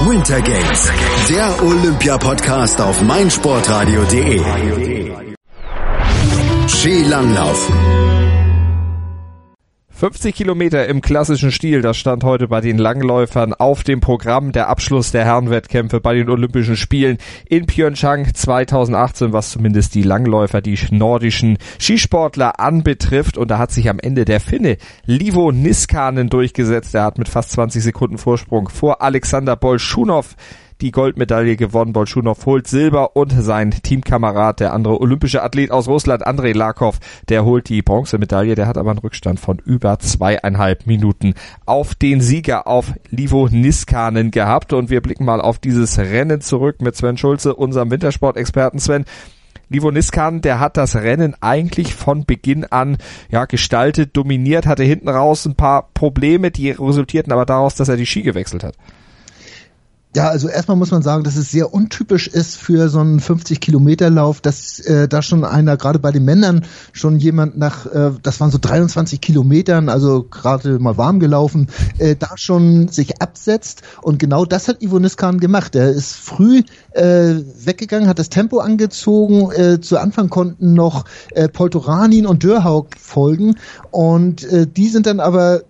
Winter Games, der Olympia-Podcast auf meinsportradio.de. Skilanglauf. 50 Kilometer im klassischen Stil, das stand heute bei den Langläufern auf dem Programm. Der Abschluss der Herrenwettkämpfe bei den Olympischen Spielen in Pyeongchang 2018, was zumindest die Langläufer, die nordischen Skisportler anbetrifft. Und da hat sich am Ende der Finne Liivo Niskanen durchgesetzt. Er hat mit fast 20 Sekunden Vorsprung vor Alexander Bolschunow die Goldmedaille gewonnen. Bolschunow holt Silber und sein Teamkamerad, der andere olympische Athlet aus Russland, Andrei Larkov, der holt die Bronzemedaille. Der hat aber einen Rückstand von über 2,5 Minuten auf den Sieger, auf Liivo Niskanen gehabt. Und wir blicken mal auf dieses Rennen zurück mit Sven Schulze, unserem Wintersportexperten. Sven, Liivo Niskanen, der hat das Rennen eigentlich von Beginn an gestaltet, dominiert, hatte hinten raus ein paar Probleme, die resultierten aber daraus, dass er die Ski gewechselt hat. Ja, also erstmal muss man sagen, dass es sehr untypisch ist für so einen 50-Kilometer-Lauf, dass da schon einer, gerade bei den Männern, schon jemand nach, das waren so 23 Kilometern, also gerade mal warm gelaufen, da schon sich absetzt. Und genau das hat Liivo Niskanen gemacht. Er ist früh weggegangen, hat das Tempo angezogen. Zu Anfang konnten noch Poltoranin und Dörhaug folgen. Und die sind dann aber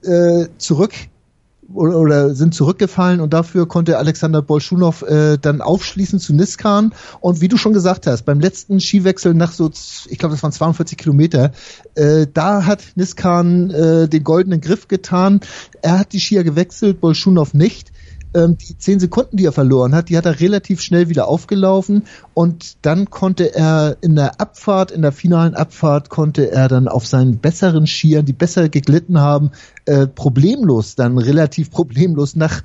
sind zurückgefallen und dafür konnte Alexander Bolschunow dann aufschließen zu Niskanen. Und wie du schon gesagt hast, beim letzten Skiwechsel nach ich glaube, das waren 42 Kilometer, da hat Niskanen den goldenen Griff getan. Er hat die Skier gewechselt, Bolschunow nicht. Die 10 Sekunden, die er verloren hat, die hat er relativ schnell wieder aufgelaufen und dann konnte er in der finalen Abfahrt, konnte er dann auf seinen besseren Skiern, die besser geglitten haben, relativ problemlos nach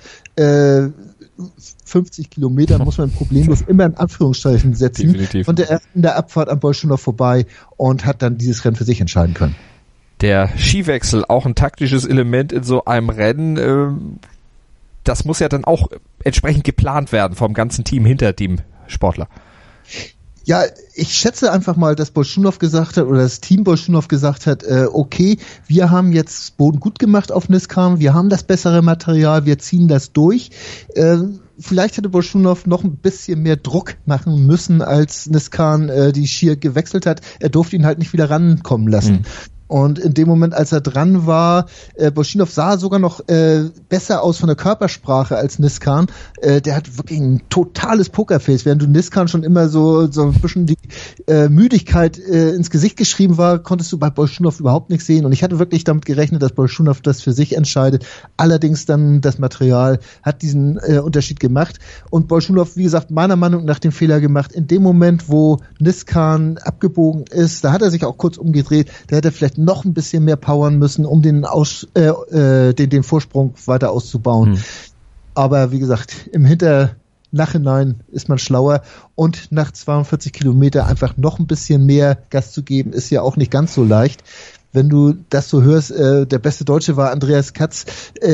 50 Kilometern muss man problemlos immer in Anführungszeichen setzen. Definitiv. Konnte er in der Abfahrt an Bolschunow vorbei und hat dann dieses Rennen für sich entscheiden können. Der Skiwechsel, auch ein taktisches Element in so einem Rennen, das muss ja dann auch entsprechend geplant werden vom ganzen Team hinter dem Sportler. Ja, ich schätze einfach mal, dass Bolschunow gesagt hat, oder das Team Bolschunow gesagt hat, okay, wir haben jetzt Boden gut gemacht auf Niskanen, wir haben das bessere Material, wir ziehen das durch. Vielleicht hätte Bolschunow noch ein bisschen mehr Druck machen müssen, als Niskanen die Skier gewechselt hat. Er durfte ihn halt nicht wieder rankommen lassen. Und in dem Moment, als er dran war, Bolschunow sah sogar noch besser aus von der Körpersprache als Niskanen. Der hat wirklich ein totales Pokerface, während du Niskanen schon immer so ein bisschen die Müdigkeit ins Gesicht geschrieben war, konntest du bei Bolschunow überhaupt nichts sehen. Und ich hatte wirklich damit gerechnet, dass Bolschunow das für sich entscheidet. Allerdings dann das Material hat diesen Unterschied gemacht. Und Bolschunow, wie gesagt, meiner Meinung nach den Fehler gemacht. In dem Moment, wo Niskanen abgebogen ist, da hat er sich auch kurz umgedreht, da hätte er vielleicht noch ein bisschen mehr powern müssen, um den Vorsprung weiter auszubauen. Aber wie gesagt, im Nachhinein ist man schlauer und nach 42 Kilometer einfach noch ein bisschen mehr Gas zu geben, ist ja auch nicht ganz so leicht. Wenn du das so hörst, der beste Deutsche war Andreas Katz,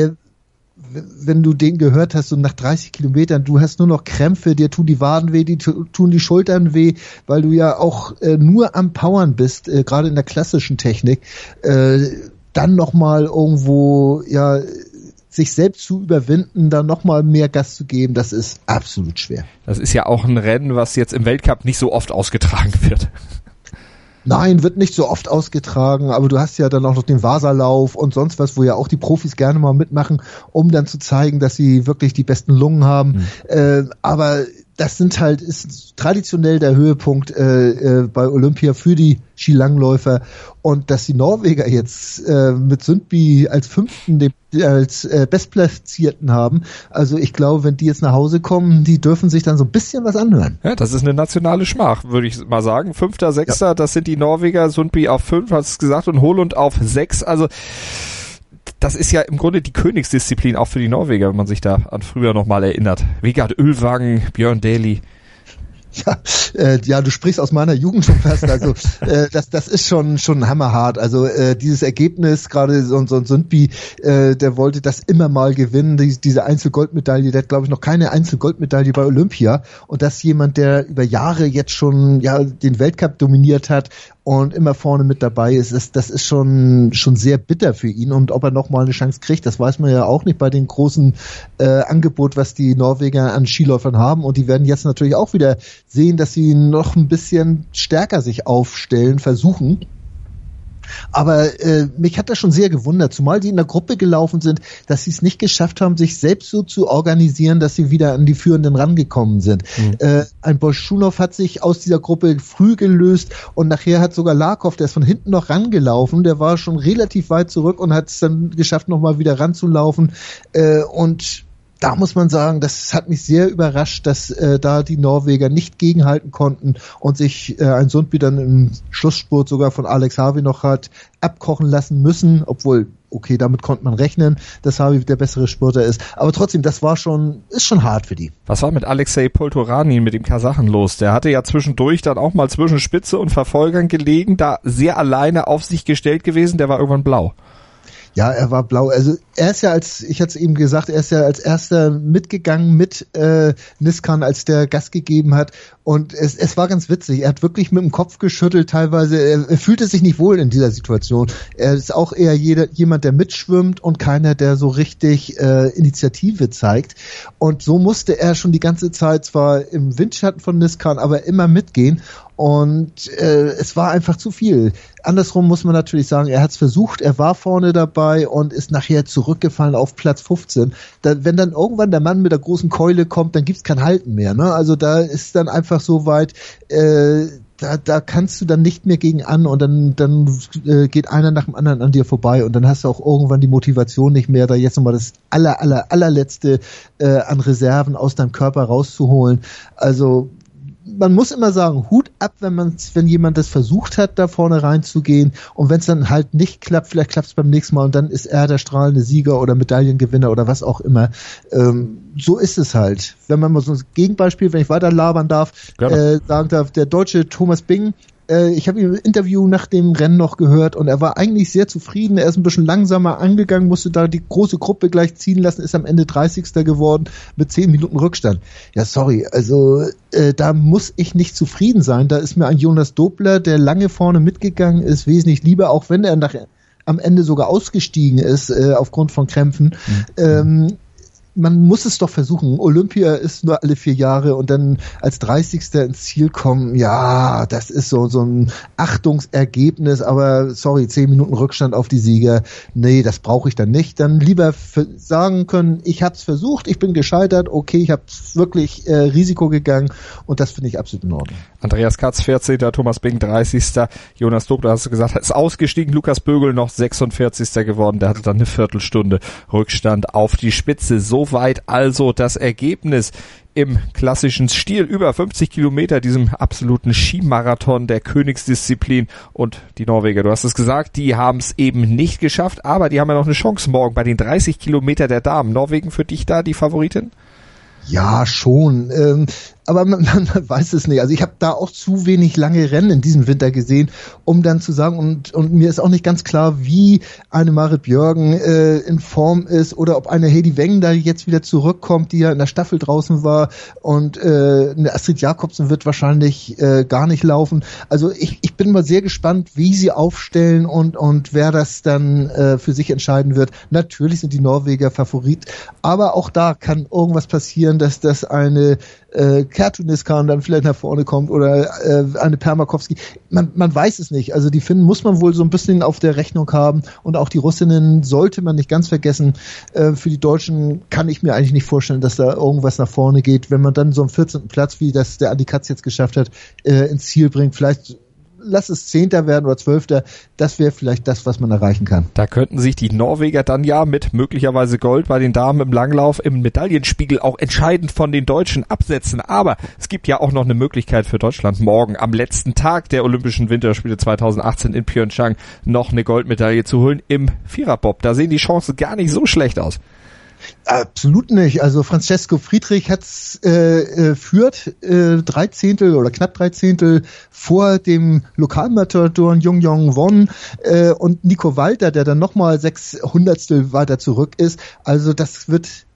wenn du den gehört hast, so nach 30 Kilometern, du hast nur noch Krämpfe, dir tun die Waden weh, tun die Schultern weh, weil du ja auch nur am Powern bist, gerade in der klassischen Technik, dann nochmal irgendwo, sich selbst zu überwinden, dann nochmal mehr Gas zu geben, das ist absolut schwer. Das ist ja auch ein Rennen, was jetzt im Weltcup nicht so oft ausgetragen wird. Nein, wird nicht so oft ausgetragen, aber du hast ja dann auch noch den Vasalauf und sonst was, wo ja auch die Profis gerne mal mitmachen, um dann zu zeigen, dass sie wirklich die besten Lungen haben. Aber das ist traditionell der Höhepunkt bei Olympia für die Skilangläufer. Und dass die Norweger jetzt mit Sundby als Fünften als Bestplatzierten haben, also ich glaube, wenn die jetzt nach Hause kommen, die dürfen sich dann so ein bisschen was anhören. Ja, das ist eine nationale Schmach, würde ich mal sagen. 5., 6., das sind die Norweger, Sundby auf 5, hast du gesagt, und Holund auf 6, also das ist ja im Grunde die Königsdisziplin auch für die Norweger, wenn man sich da an früher nochmal erinnert. Vegard Ylvang, Björn Daly. Ja, du sprichst aus meiner Jugend schon fast, also das ist schon hammerhart, also dieses Ergebnis, gerade so ein Sundby, der wollte das immer mal gewinnen, diese Einzelgoldmedaille, der hat glaube ich noch keine Einzelgoldmedaille bei Olympia und das jemand, der über Jahre jetzt schon den Weltcup dominiert hat und immer vorne mit dabei ist, das ist schon sehr bitter für ihn. Und ob er nochmal eine Chance kriegt, das weiß man ja auch nicht bei den großen Angebot, was die Norweger an Skiläufern haben. Und die werden jetzt natürlich auch wieder sehen, dass sie noch ein bisschen stärker sich aufstellen, versuchen. Aber mich hat das schon sehr gewundert, zumal die in der Gruppe gelaufen sind, dass sie es nicht geschafft haben, sich selbst so zu organisieren, dass sie wieder an die Führenden rangekommen sind. Ein Bolschunow hat sich aus dieser Gruppe früh gelöst und nachher hat sogar Larkov, der ist von hinten noch rangelaufen, der war schon relativ weit zurück und hat es dann geschafft, nochmal wieder ranzulaufen. Und da muss man sagen, das hat mich sehr überrascht, dass da die Norweger nicht gegenhalten konnten und sich ein Sundby dann im Schlussspurt sogar von Alex Harvey noch hat abkochen lassen müssen, obwohl, okay, damit konnte man rechnen, dass Harvey der bessere Spurter ist. Aber trotzdem, das ist schon hart für die. Was war mit Alexei Poltoranin, mit dem Kasachen los? Der hatte ja zwischendurch dann auch mal zwischen Spitze und Verfolgern gelegen, da sehr alleine auf sich gestellt gewesen, der war irgendwann blau. Ja, er war blau. Also er ist ja ich hatte es eben gesagt, er ist ja als erster mitgegangen mit Niskan, als der Gas gegeben hat. Und es war ganz witzig. Er hat wirklich mit dem Kopf geschüttelt teilweise. Er fühlte sich nicht wohl in dieser Situation. Er ist auch eher jemand, der mitschwimmt und keiner, der so richtig Initiative zeigt. Und so musste er schon die ganze Zeit zwar im Windschatten von Niskan, aber immer mitgehen. Und es war einfach zu viel. Andersrum muss man natürlich sagen, er hat es versucht, er war vorne dabei und ist nachher zurückgefallen auf Platz 15. Wenn dann irgendwann der Mann mit der großen Keule kommt, dann gibt's kein Halten mehr. Ne? Also da ist dann einfach so weit, da kannst du dann nicht mehr gegen an und dann geht einer nach dem anderen an dir vorbei und dann hast du auch irgendwann die Motivation nicht mehr, da jetzt nochmal das allerletzte an Reserven aus deinem Körper rauszuholen. Also man muss immer sagen, Hut ab, wenn jemand das versucht hat, da vorne reinzugehen und wenn es dann halt nicht klappt, vielleicht klappt es beim nächsten Mal und dann ist er der strahlende Sieger oder Medaillengewinner oder was auch immer. So ist es halt. Wenn man mal so ein Gegenbeispiel, wenn ich weiter labern darf, sagen darf, der deutsche Thomas Bing, ich habe ihn im Interview nach dem Rennen noch gehört und er war eigentlich sehr zufrieden. Er ist ein bisschen langsamer angegangen, musste da die große Gruppe gleich ziehen lassen, ist am Ende 30. geworden mit 10 Minuten Rückstand. Ja, sorry, also da muss ich nicht zufrieden sein. Da ist mir ein Jonas Dobler, der lange vorne mitgegangen ist, wesentlich lieber, auch wenn er am Ende sogar ausgestiegen ist aufgrund von Krämpfen. Man muss es doch versuchen. Olympia ist nur alle 4 Jahre und dann als 30. ins Ziel kommen, ja, das ist so ein Achtungsergebnis, aber sorry, 10 Minuten Rückstand auf die Sieger, nee, das brauche ich dann nicht. Dann lieber sagen können, ich habe es versucht, ich bin gescheitert, okay, ich habe wirklich Risiko gegangen und das finde ich absolut in Ordnung. Andreas Katz, 14., Thomas Bing, 30., Jonas Dobler, hast du gesagt, ist ausgestiegen, Lukas Bögel noch 46. geworden, der hatte dann eine Viertelstunde Rückstand auf die Spitze. Soweit also das Ergebnis im klassischen Stil, über 50 Kilometer, diesem absoluten Skimarathon der Königsdisziplin, und die Norweger, du hast es gesagt, die haben es eben nicht geschafft, aber die haben ja noch eine Chance morgen bei den 30 Kilometer der Damen. Norwegen für dich da die Favoritin? Ja, schon. Aber man weiß es nicht. Also ich habe da auch zu wenig lange Rennen in diesem Winter gesehen, um dann zu sagen, und mir ist auch nicht ganz klar, wie eine Marit Björgen in Form ist oder ob eine Heidi Weng da jetzt wieder zurückkommt, die ja in der Staffel draußen war, und eine Astrid Jakobsen wird wahrscheinlich gar nicht laufen. Also ich bin mal sehr gespannt, wie sie aufstellen und wer das dann für sich entscheiden wird. Natürlich sind die Norweger Favorit, aber auch da kann irgendwas passieren, dass das eine Kertuniskan dann vielleicht nach vorne kommt oder eine Permakowski. Man weiß es nicht. Also die Finnen muss man wohl so ein bisschen auf der Rechnung haben und auch die Russinnen sollte man nicht ganz vergessen. Für die Deutschen kann ich mir eigentlich nicht vorstellen, dass da irgendwas nach vorne geht. Wenn man dann so einen 14. Platz, wie das der Andi Katz jetzt geschafft hat, ins Ziel bringt, vielleicht lass es 10. werden oder 12. Das wäre vielleicht das, was man erreichen kann. Da könnten sich die Norweger dann ja mit möglicherweise Gold bei den Damen im Langlauf im Medaillenspiegel auch entscheidend von den Deutschen absetzen. Aber es gibt ja auch noch eine Möglichkeit für Deutschland, morgen am letzten Tag der Olympischen Winterspiele 2018 in Pyeongchang noch eine Goldmedaille zu holen im Viererbob. Da sehen die Chancen gar nicht so schlecht aus. Absolut nicht. Also Francesco Friedrich führt 13. oder knapp 13. vor dem Lokalmatador Jung Yong Won und Nico Walter, der dann nochmal 600 weiter zurück ist. Also das wird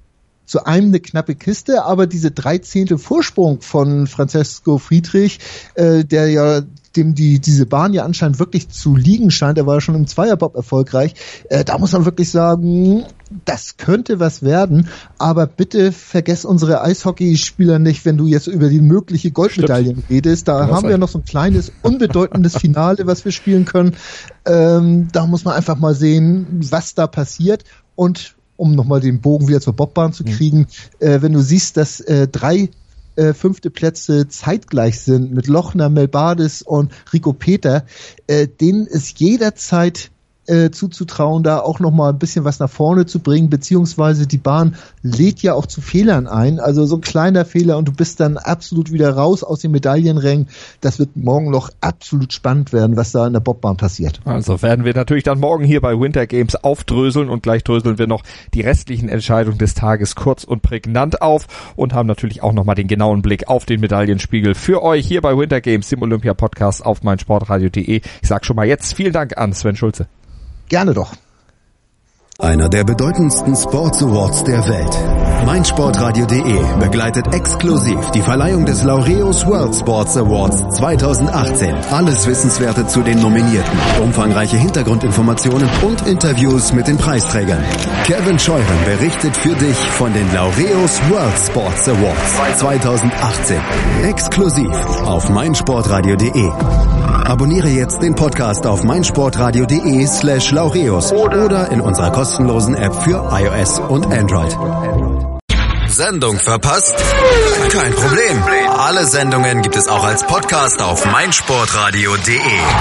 zu einem eine knappe Kiste, aber diese 13. Vorsprung von Francesco Friedrich, der ja dem diese Bahn ja anscheinend wirklich zu liegen scheint, er war ja schon im Zweierbob erfolgreich, da muss man wirklich sagen, das könnte was werden, aber bitte vergess unsere Eishockeyspieler nicht, wenn du jetzt über die mögliche Goldmedaillen redest, da haben wir ja noch so ein kleines, unbedeutendes Finale, was wir spielen können, da muss man einfach mal sehen, was da passiert und um nochmal den Bogen wieder zur Bobbahn zu kriegen, wenn du siehst, dass 3 5. Plätze zeitgleich sind mit Lochner, Melbades und Rico Peter, denen ist jederzeit zuzutrauen, da auch nochmal ein bisschen was nach vorne zu bringen, beziehungsweise die Bahn lädt ja auch zu Fehlern ein, also so ein kleiner Fehler und du bist dann absolut wieder raus aus den Medaillenrängen. Das wird morgen noch absolut spannend werden, was da in der Bobbahn passiert. Also werden wir natürlich dann morgen hier bei Winter Games aufdröseln und gleich dröseln wir noch die restlichen Entscheidungen des Tages kurz und prägnant auf und haben natürlich auch nochmal den genauen Blick auf den Medaillenspiegel für euch hier bei Winter Games, dem Olympia-Podcast auf meinsportradio.de. Ich sag schon mal jetzt vielen Dank an Sven Schulze. Gerne doch. Einer der bedeutendsten Sports Awards der Welt. meinsportradio.de begleitet exklusiv die Verleihung des Laureus World Sports Awards 2018. Alles Wissenswerte zu den Nominierten, umfangreiche Hintergrundinformationen und Interviews mit den Preisträgern. Kevin Scheuren berichtet für dich von den Laureus World Sports Awards 2018. Exklusiv auf meinsportradio.de. Abonniere jetzt den Podcast auf meinsportradio.de/Laureus oder in unserer kostenlosen App für iOS und Android. Sendung verpasst? Kein Problem. Alle Sendungen gibt es auch als Podcast auf meinsportradio.de.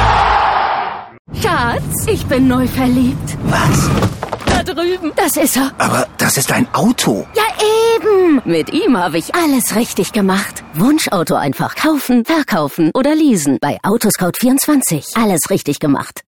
Schatz, ich bin neu verliebt. Was? Da drüben. Das ist er. Aber das ist ein Auto. Ja, eben. Mit ihm habe ich alles richtig gemacht. Wunschauto einfach kaufen, verkaufen oder leasen. Bei Autoscout24. Alles richtig gemacht.